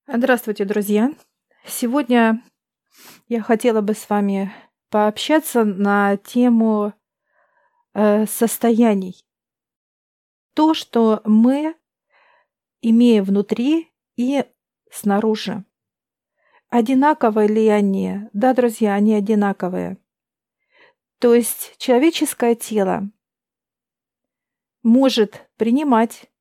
Здравствуйте, друзья! Сегодня я хотела бы с вами пообщаться на тему состояний. То, что мы имеем внутри и снаружи. Одинаковые ли они? Да, друзья, они одинаковые. То есть человеческое тело может принимать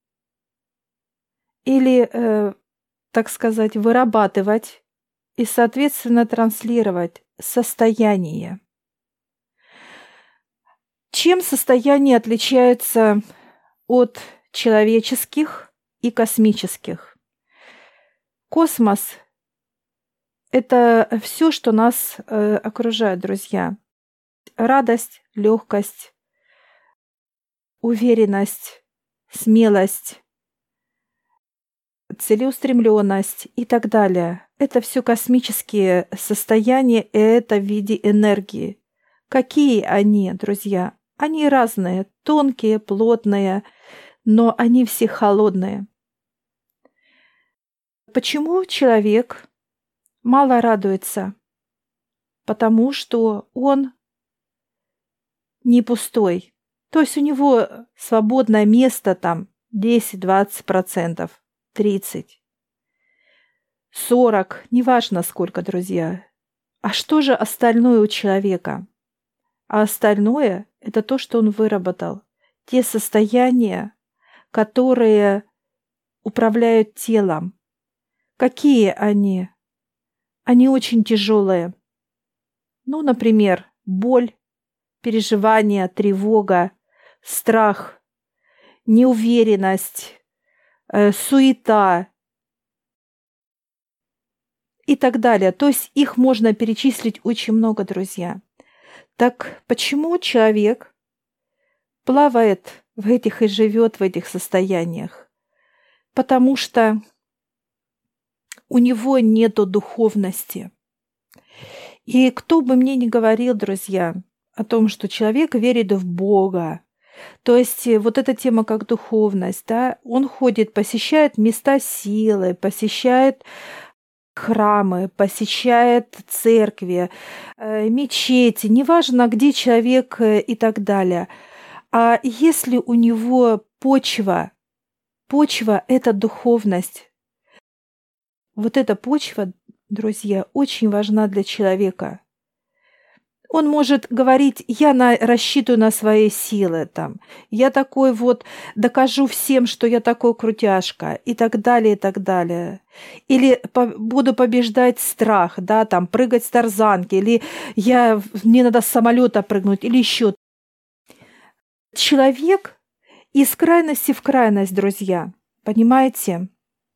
или, так сказать, вырабатывать и, соответственно, транслировать состояние. Чем состояния отличаются от человеческих и космических? Космос – это все, что нас окружает, друзья. Радость, легкость, уверенность, смелость, целеустремленность и так далее. Это все космические состояния, и это в виде энергии. Какие они, друзья? Они разные, тонкие, плотные, но они все холодные. Почему человек мало радуется? Потому что он не пустой. То есть у него свободное место там 10-20%, 30%, 40%, неважно сколько, друзья. А что же остальное у человека? А остальное – это то, что он выработал. Те состояния, которые управляют телом. Какие они? Они очень тяжелые. Ну, например, боль, переживания, тревога, страх, неуверенность, суета и так далее. То есть их можно перечислить очень много, друзья. Так почему человек плавает в этих и живет в этих состояниях? Потому что у него нету духовности. И кто бы мне ни говорил, друзья, о том, что человек верит в Бога, то есть вот эта тема как духовность, да, он ходит, посещает места силы, посещает храмы, посещает церкви, мечети, неважно, где человек и так далее. А если у него почва – это духовность. Вот эта почва, друзья, очень важна для человека. Он может говорить: я рассчитываю на свои силы, там, я такой вот, докажу всем, что я такой крутяшка, и так далее, и так далее. Или буду побеждать страх, да, там, прыгать с тарзанки, или мне надо с самолета прыгнуть, или еще. Человек из крайности в крайность, друзья, понимаете?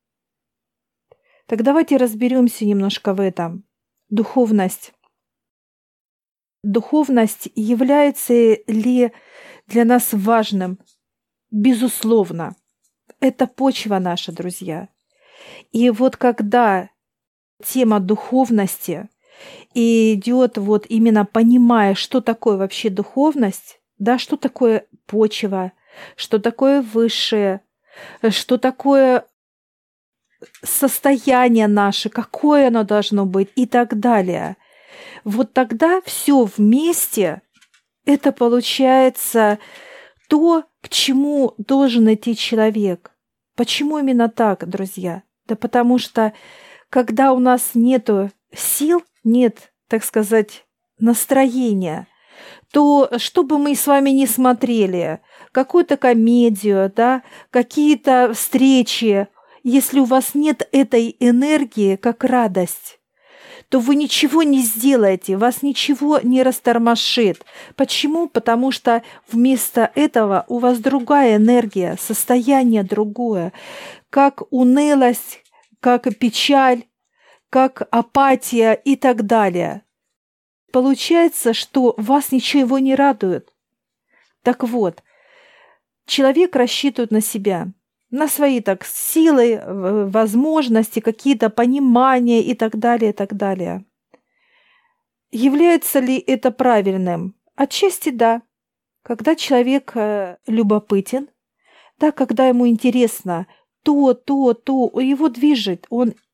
Так давайте разберемся немножко в этом. Духовность. Духовность является ли для нас важным? Безусловно. Это почва наша, друзья. И вот когда тема духовности идет вот именно понимая, что такое вообще духовность, да, что такое почва, что такое высшее, что такое состояние наше, какое оно должно быть и так далее. Вот тогда все вместе это получается то, к чему должен идти человек. Почему именно так, друзья? Да потому что когда у нас нету сил, нет, так сказать, настроения, то что бы мы с вами ни смотрели, какую-то комедию, да, какие-то встречи, если у вас нет этой энергии, как радость, то вы ничего не сделаете, вас ничего не растормошит. Почему? Потому что вместо этого у вас другая энергия, состояние другое, как унылость, как печаль, как апатия и так далее. Получается, что вас ничего не радует. Так вот, человек рассчитывает на себя, на свои так силы, возможности, какие-то понимания и так далее, и так далее. Является ли это правильным? Отчасти да. Когда человек любопытен, да, когда ему интересно то, его движет, он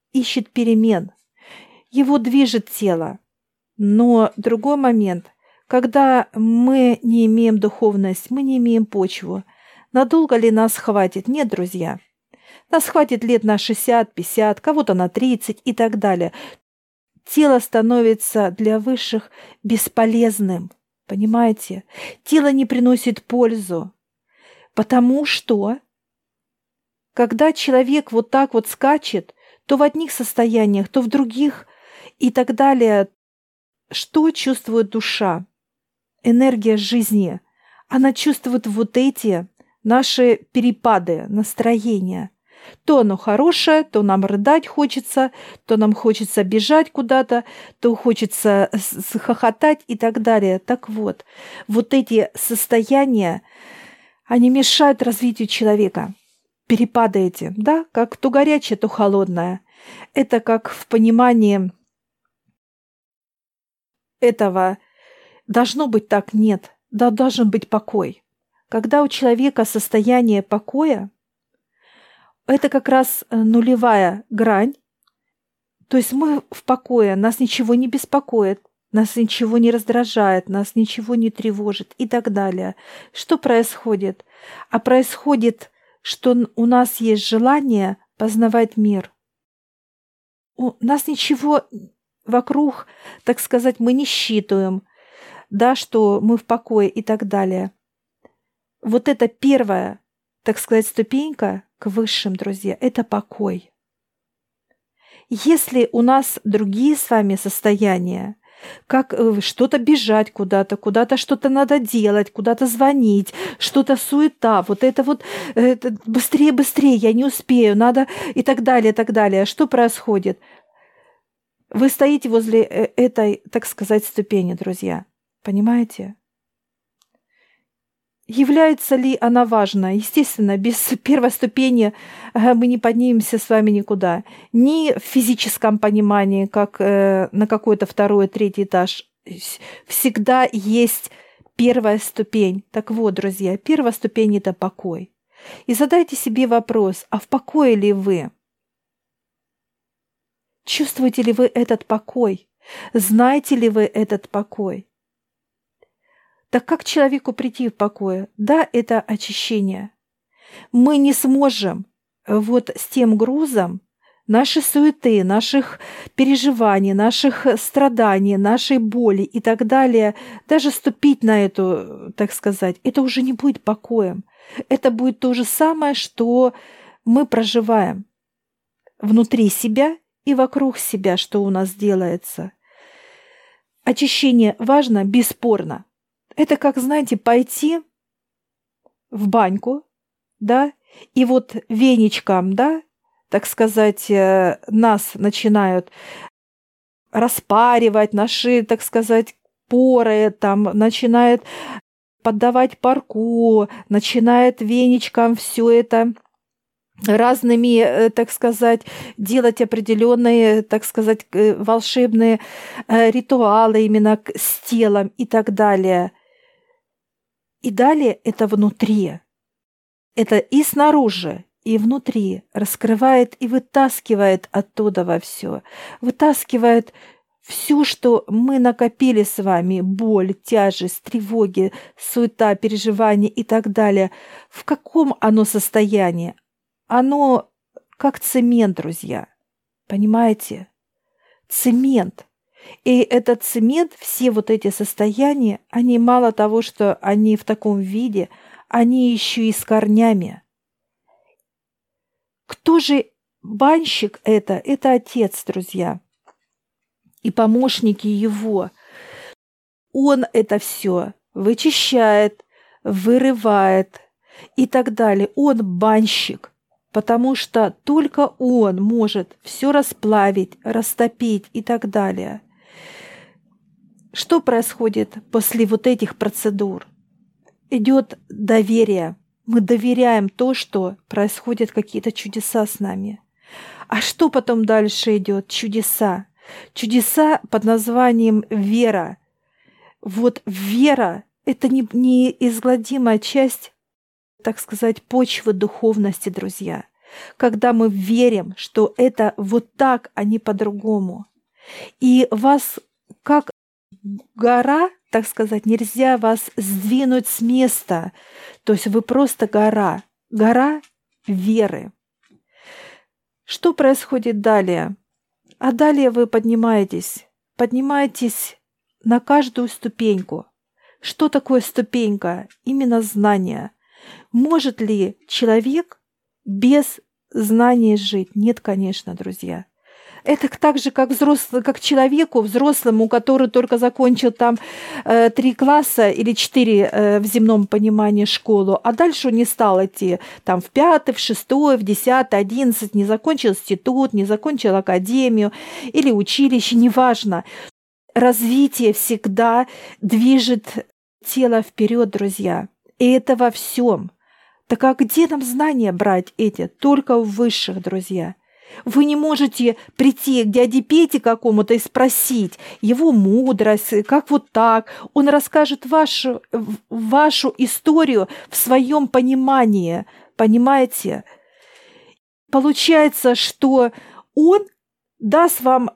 ищет перемен, его движет тело. Но другой момент, когда мы не имеем духовность, мы не имеем почву, надолго ли нас хватит? Нет, друзья. Нас хватит лет на 60, 50, кого-то на 30 и так далее. Тело становится для высших бесполезным, понимаете? Тело не приносит пользу, потому что когда человек вот так вот скачет, то в одних состояниях, то в других и так далее, что чувствует душа? Энергия жизни. Она чувствует вот эти наши перепады настроения. То оно хорошее, то нам рыдать хочется, то нам хочется бежать куда-то, то хочется хохотать и так далее. Так вот, вот эти состояния, они мешают развитию человека. Перепады эти, да, как то горячее, то холодное. Это как в понимании этого должно быть так, нет, да, должен быть покой. Когда у человека состояние покоя, это как раз нулевая грань. То есть мы в покое, нас ничего не беспокоит, нас ничего не раздражает, нас ничего не тревожит и так далее. Что происходит? А происходит, что у нас есть желание познавать мир. У нас ничего вокруг, так сказать, мы не считываем, да, что мы в покое и так далее. Вот это первая, так сказать, ступенька к высшим, друзья, это покой. Если у нас другие с вами состояния, как что-то бежать куда-то, куда-то что-то надо делать, куда-то звонить, что-то суета, вот это вот быстрее, быстрее, я не успею, надо и так далее, и так далее. Что происходит? Вы стоите возле этой, так сказать, ступени, друзья. Понимаете? Является ли она важной? Естественно, без первой ступени мы не поднимемся с вами никуда. Ни в физическом понимании, как на какой-то второй, третий этаж. Всегда есть первая ступень. Так вот, друзья, первая ступень – это покой. И задайте себе вопрос, а в покое ли вы? Чувствуете ли вы этот покой? Знаете ли вы этот покой? Так как человеку прийти в покое? Да, это очищение. Мы не сможем вот с тем грузом нашей суеты, наших переживаний, наших страданий, нашей боли и так далее, даже ступить на эту, так сказать, это уже не будет покоем. Это будет то же самое, что мы проживаем внутри себя и вокруг себя, что у нас делается. Очищение важно, бесспорно. Это как, знаете, пойти в баньку, да, и вот веничком, да, так сказать, нас начинают распаривать, наши, так сказать, поры, там, начинает поддавать парку, начинает веничком все это разными, так сказать, делать определенные, так сказать, волшебные ритуалы именно с телом и так далее. И далее это внутри. Это и снаружи, и внутри раскрывает и вытаскивает оттуда во все. Вытаскивает все, что мы накопили с вами, боль, тяжесть, тревоги, суета, переживания и так далее. В каком оно состоянии? Оно как цемент, друзья. Понимаете? Цемент. И этот цемент, все вот эти состояния, они мало того, что они в таком виде, они еще и с корнями. Кто же банщик это? Это Отец, друзья. И помощники его. Он это все вычищает, вырывает и так далее. Он банщик. Потому что только он может все расплавить, растопить и так далее. Что происходит после вот этих процедур? Идет доверие. Мы доверяем то, что происходят какие-то чудеса с нами. А что потом дальше идет? Чудеса. Чудеса под названием вера. Вот вера – это неизгладимая часть, так сказать, почвы духовности, друзья. когда мы верим, что это вот так, а не по-другому. И вас, как гора, так сказать, нельзя вас сдвинуть с места. То есть вы просто гора веры. Что происходит далее? А далее вы поднимаетесь на каждую ступеньку. Что такое ступенька? Именно знание. Может ли человек без знаний жить? Нет, конечно, друзья. Это так же, как человеку взрослому, который только закончил там 3 класса или 4 в земном понимании школу, а дальше он не стал идти там в 5, в 6, в 10, 11, не закончил институт, не закончил академию или училище, неважно. Развитие всегда движет тело вперед, друзья. И это во всем. Так а где нам знания брать эти? Только у высших, друзья. Вы не можете прийти к дяде Пете какому-то и спросить его мудрость, как вот так. Он расскажет вашу историю в своем понимании. Понимаете? Получается, что он даст вам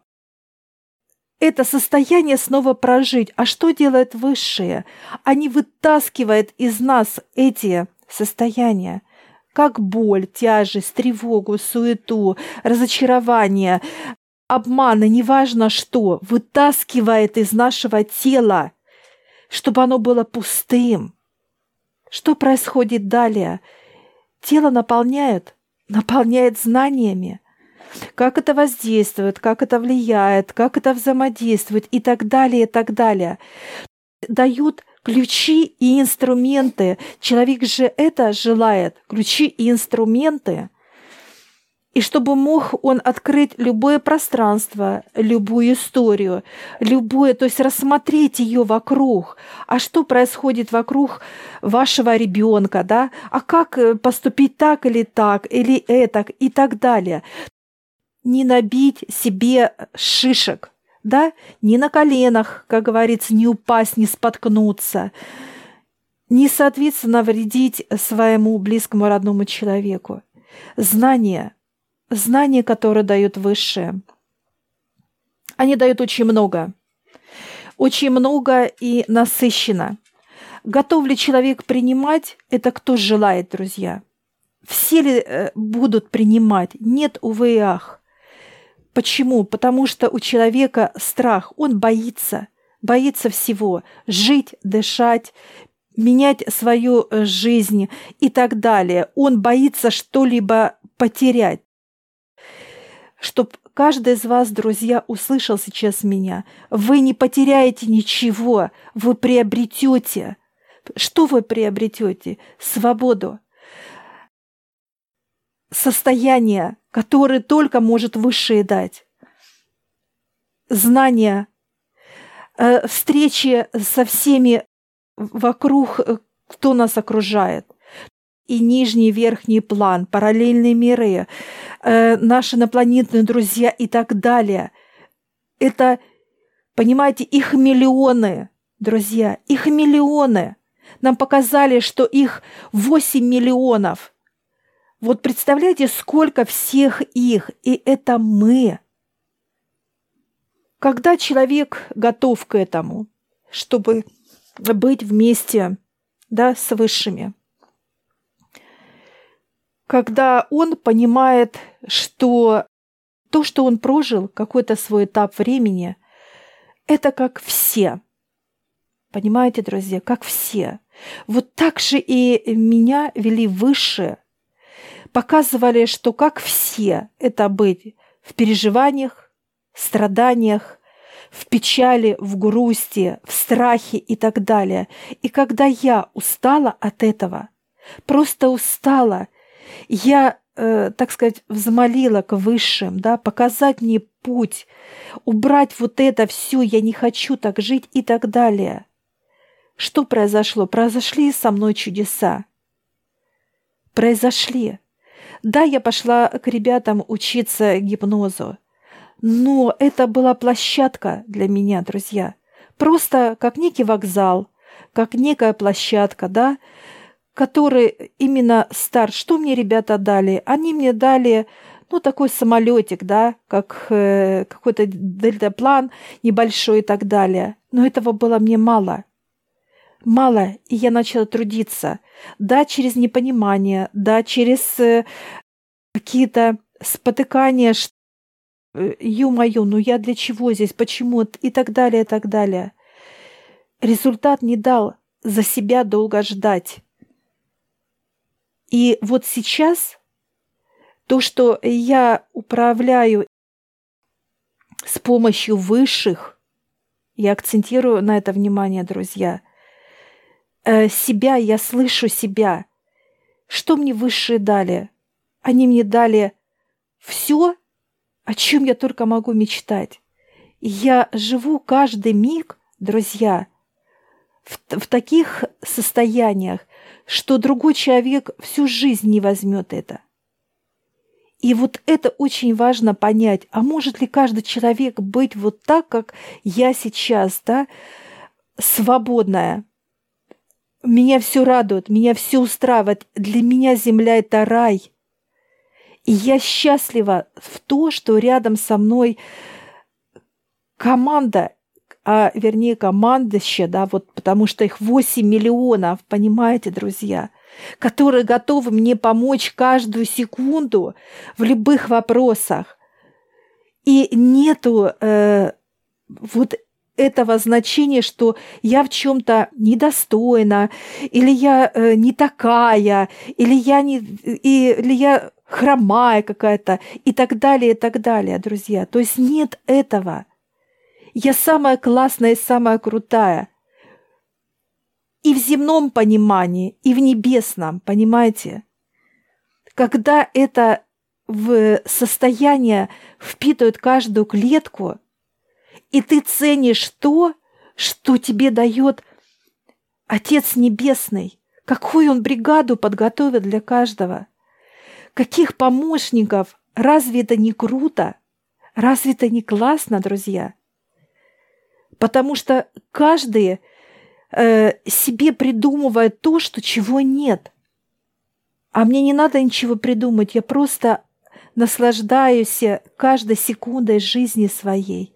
это состояние снова прожить. А что делают высшие? Они вытаскивают из нас эти состояния. Как боль, тяжесть, тревогу, суету, разочарование, обманы, неважно что, вытаскивает из нашего тела, чтобы оно было пустым. Что происходит далее? Тело наполняет знаниями. Как это воздействует, как это влияет, как это взаимодействует и так далее, и так далее. Дают ключи и инструменты. Человек же это желает, ключи и инструменты. И чтобы мог он открыть любое пространство, любую историю, то есть рассмотреть ее вокруг. А что происходит вокруг вашего ребенка, да? А как поступить так, или этак, и так далее. Не набить себе шишек. Да, не на коленах, как говорится, не упасть, не споткнуться, не, соответственно, вредить своему близкому родному человеку. Знания, которые дают высшие, они дают очень много и насыщенно. Готов ли человек принимать, это кто желает, друзья. Все ли будут принимать? Нет, увы и ах. Почему? Потому что у человека страх, он боится всего. Жить, дышать, менять свою жизнь и так далее. Он боится что-либо потерять. Чтоб каждый из вас, друзья, услышал сейчас меня. Вы не потеряете ничего, вы приобретете. Что вы приобретете? Свободу. Состояние, которое только может высшее дать. Знания, встречи со всеми вокруг, кто нас окружает. И нижний, и верхний план, параллельные миры, наши инопланетные друзья и так далее. Это, понимаете, их миллионы, друзья, их миллионы. Нам показали, что их 8 миллионов. Вот представляете, сколько всех их, и это мы. Когда человек готов к этому, чтобы быть вместе, да, с высшими, когда он понимает, что то, что он прожил, какой-то свой этап времени, это как все. Понимаете, друзья, как все. Вот так же и меня вели высшие, показывали, что как все это быть в переживаниях, страданиях, в печали, в грусти, в страхе и так далее. И когда я устала от этого, просто устала, я, так сказать, взмолила к высшим, да, показать мне путь, убрать вот это все, я не хочу так жить и так далее. Что произошло? Произошли со мной чудеса. Произошли. Да, я пошла к ребятам учиться гипнозу, но это была площадка для меня, друзья. Просто как некий вокзал, как некая площадка, да, который именно старт. Что мне ребята дали? Они мне дали, ну, такой самолетик, да, как какой-то дельтаплан небольшой и так далее. Но этого было мне мало. Мало, и я начала трудиться. Да, через непонимание, да, через какие-то спотыкания, ё-моё, ну я для чего здесь, почему, и так далее, и так далее. Результат не дал за себя долго ждать. И вот сейчас то, что я управляю с помощью высших, я акцентирую на это внимание, друзья, себя, я слышу себя. Что мне высшие дали? Они мне дали все, о чем я только могу мечтать. И я живу каждый миг, друзья, в таких состояниях, что другой человек всю жизнь не возьмет это. И вот это очень важно понять. А может ли каждый человек быть вот так, как я сейчас, да, свободная? Меня все радует, меня все устраивает. Для меня земля – это рай. И я счастлива в то, что рядом со мной команда, вернее, командище, да, вот потому что их 8 миллионов, понимаете, друзья, которые готовы мне помочь каждую секунду в любых вопросах. И нету вот этого значения, что я в чем-то недостойна, или я не такая, или я хромая какая-то, и так далее, друзья. То есть нет этого. Я самая классная и самая крутая. И в земном понимании, и в небесном, понимаете? Когда это в состояние впитывает каждую клетку, и ты ценишь то, что тебе дает Отец Небесный, какую Он бригаду подготовит для каждого, каких помощников, разве это не круто, разве это не классно, друзья? Потому что каждый себе придумывает то, чего нет. А мне не надо ничего придумать, я просто наслаждаюсь каждой секундой жизни своей.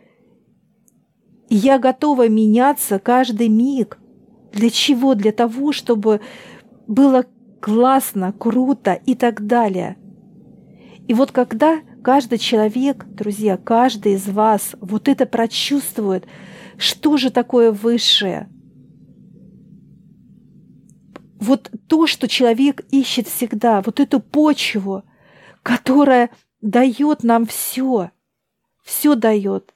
И я готова меняться каждый миг. Для чего? Для того, чтобы было классно, круто и так далее. И вот когда каждый человек, друзья, каждый из вас вот это прочувствует, что же такое высшее? Вот то, что человек ищет всегда, вот эту почву, которая дает нам все дает.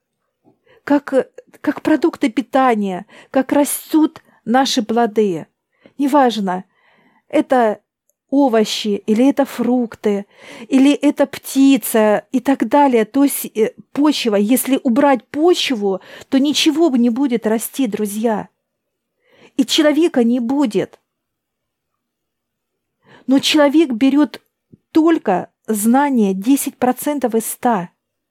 Как продукты питания, как растут наши плоды. Неважно, это овощи, или это фрукты, или это птица и так далее. То есть почва, если убрать почву, то ничего бы не будет расти, друзья. И человека не будет. Но человек берет только знания 10% из 100.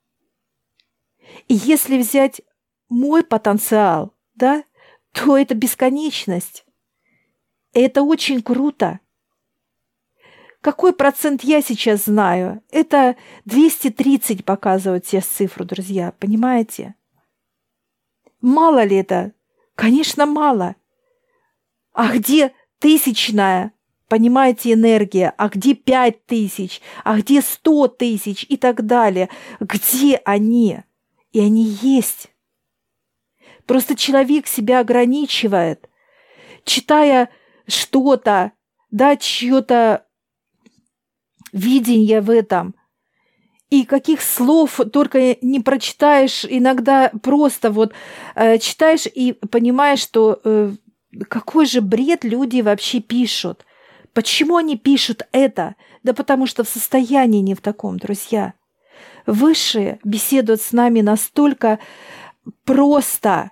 И если взять мой потенциал, да, то это бесконечность. И это очень круто. Какой процент я сейчас знаю? Это 230 показывают сейчас цифру, друзья, понимаете? Мало ли это? Конечно, мало. А где тысячная, понимаете, энергия? А где 5000? А где 100 тысяч? И так далее. Где они? И они есть. Просто человек себя ограничивает, читая что-то, да, чье-то видение в этом. И каких слов только не прочитаешь, иногда просто вот читаешь и понимаешь, что какой же бред люди вообще пишут. Почему они пишут это? Да потому что в состоянии не в таком, друзья. Высшие беседуют с нами настолько просто,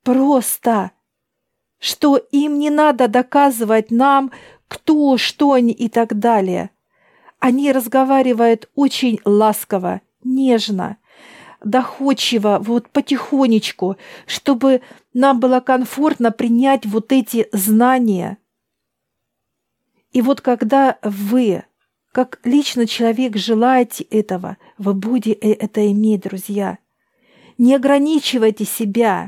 что им не надо доказывать нам, кто, что они и так далее. Они разговаривают очень ласково, нежно, доходчиво, вот потихонечку, чтобы нам было комфортно принять вот эти знания. И вот когда вы, как лично человек, желаете этого, вы будете это иметь, друзья. Не ограничивайте себя.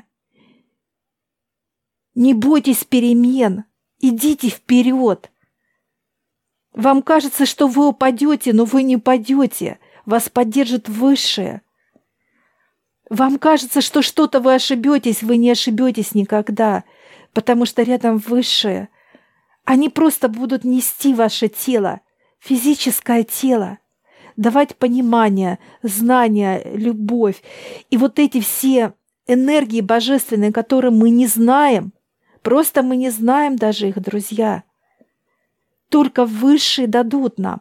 Не бойтесь перемен. Идите вперед. Вам кажется, что вы упадете, но вы не упадете. Вас поддержит Высшее. Вам кажется, что что-то вы ошибетесь, вы не ошибетесь никогда, потому что рядом Высшее. Они просто будут нести ваше тело, физическое тело, давать понимание, знания, любовь. И вот эти все энергии божественные, которые мы не знаем, просто мы не знаем даже их, друзья, только Высшие дадут нам.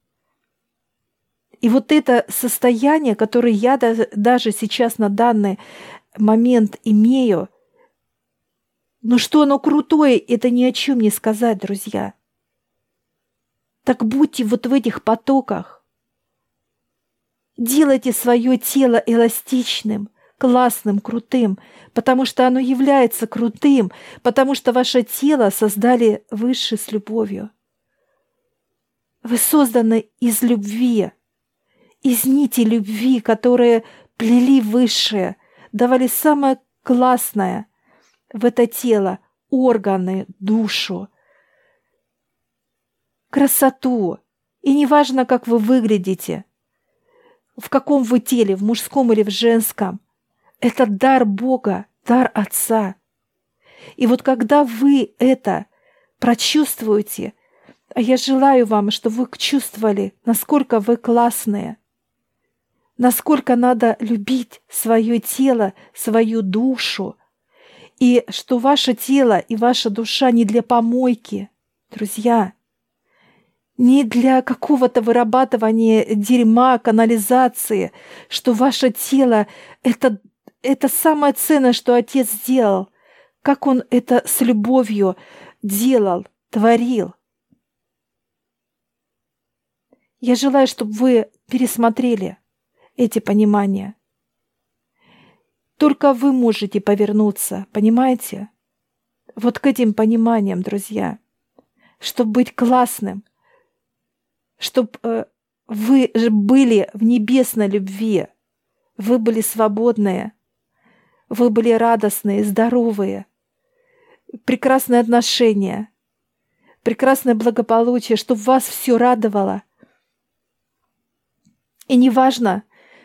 И вот это состояние, которое я даже сейчас на данный момент имею, но что оно крутое, это ни о чем не сказать, друзья. Так будьте вот в этих потоках. Делайте свое тело эластичным, классным, крутым, потому что оно является крутым, потому что ваше тело создали Высшие с любовью. Вы созданы из любви, из нити любви, которые плели Высшие, давали самое классное в это тело, органы, душу, красоту. И неважно, как вы выглядите, в каком вы теле, в мужском или в женском, это дар Бога, дар Отца. И вот когда вы это прочувствуете, а я желаю вам, чтобы вы чувствовали, насколько вы классные, насколько надо любить свое тело, свою душу, и что ваше тело и ваша душа не для помойки, друзья, не для какого-то вырабатывания дерьма, канализации, что ваше тело — это самое ценное, что Отец сделал, как Он это с любовью делал, творил. Я желаю, чтобы вы пересмотрели эти понимания. Только вы можете повернуться, понимаете? Вот к этим пониманиям, друзья. Чтобы быть классным, чтобы вы были в небесной любви, вы были свободные, вы были радостные, здоровые, прекрасные отношения, прекрасное благополучие, чтобы вас все радовало. И неважно,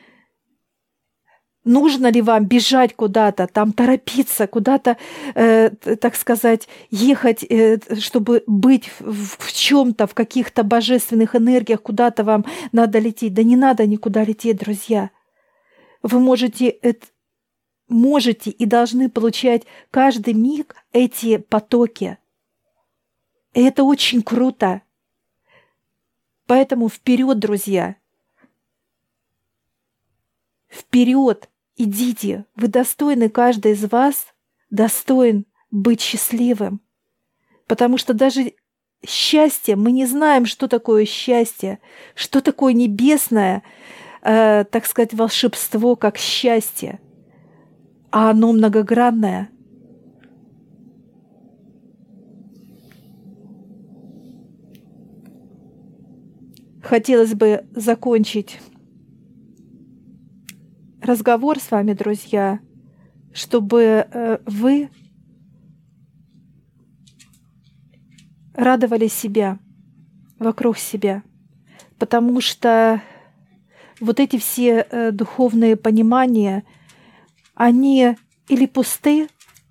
нужно ли вам бежать куда-то, там торопиться, куда-то, так сказать, ехать, чтобы быть в чем-то, в каких-то божественных энергиях, куда-то вам надо лететь. Да не надо никуда лететь, друзья. Вы можете и должны получать каждый миг эти потоки. И это очень круто. Поэтому вперед, друзья. Вперед, идите. Вы достойны, каждый из вас достоин быть счастливым. Потому что даже счастье, мы не знаем, что такое счастье, что такое небесное, так сказать, волшебство, как счастье. А оно многогранное. Хотелось бы закончить разговор с вами, друзья, чтобы вы радовали себя, вокруг себя, потому что вот эти все духовные понимания, они или пусты,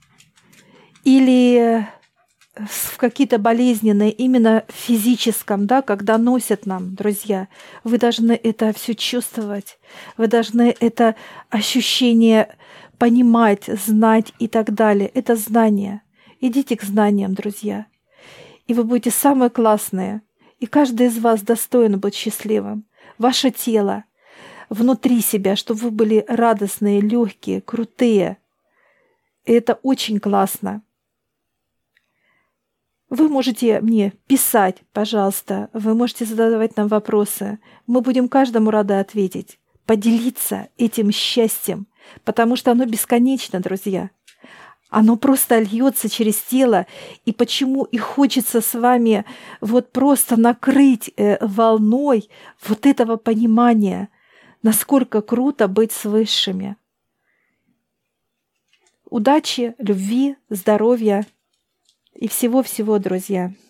или в какие-то болезненные, именно в физическом, да, когда носят нам, друзья, вы должны это все чувствовать, вы должны это ощущение понимать, знать и так далее. Это знание. Идите к знаниям, друзья, и вы будете самые классные, и каждый из вас достоин быть счастливым. Ваше тело, внутри себя, чтобы вы были радостные, легкие, крутые. И это очень классно. Вы можете мне писать, пожалуйста, вы можете задавать нам вопросы. Мы будем каждому рады ответить, поделиться этим счастьем, потому что оно бесконечно, друзья. Оно просто льется через тело. И почему и хочется с вами вот просто накрыть волной вот этого понимания, насколько круто быть с высшими. Удачи, любви, здоровья и всего-всего, друзья.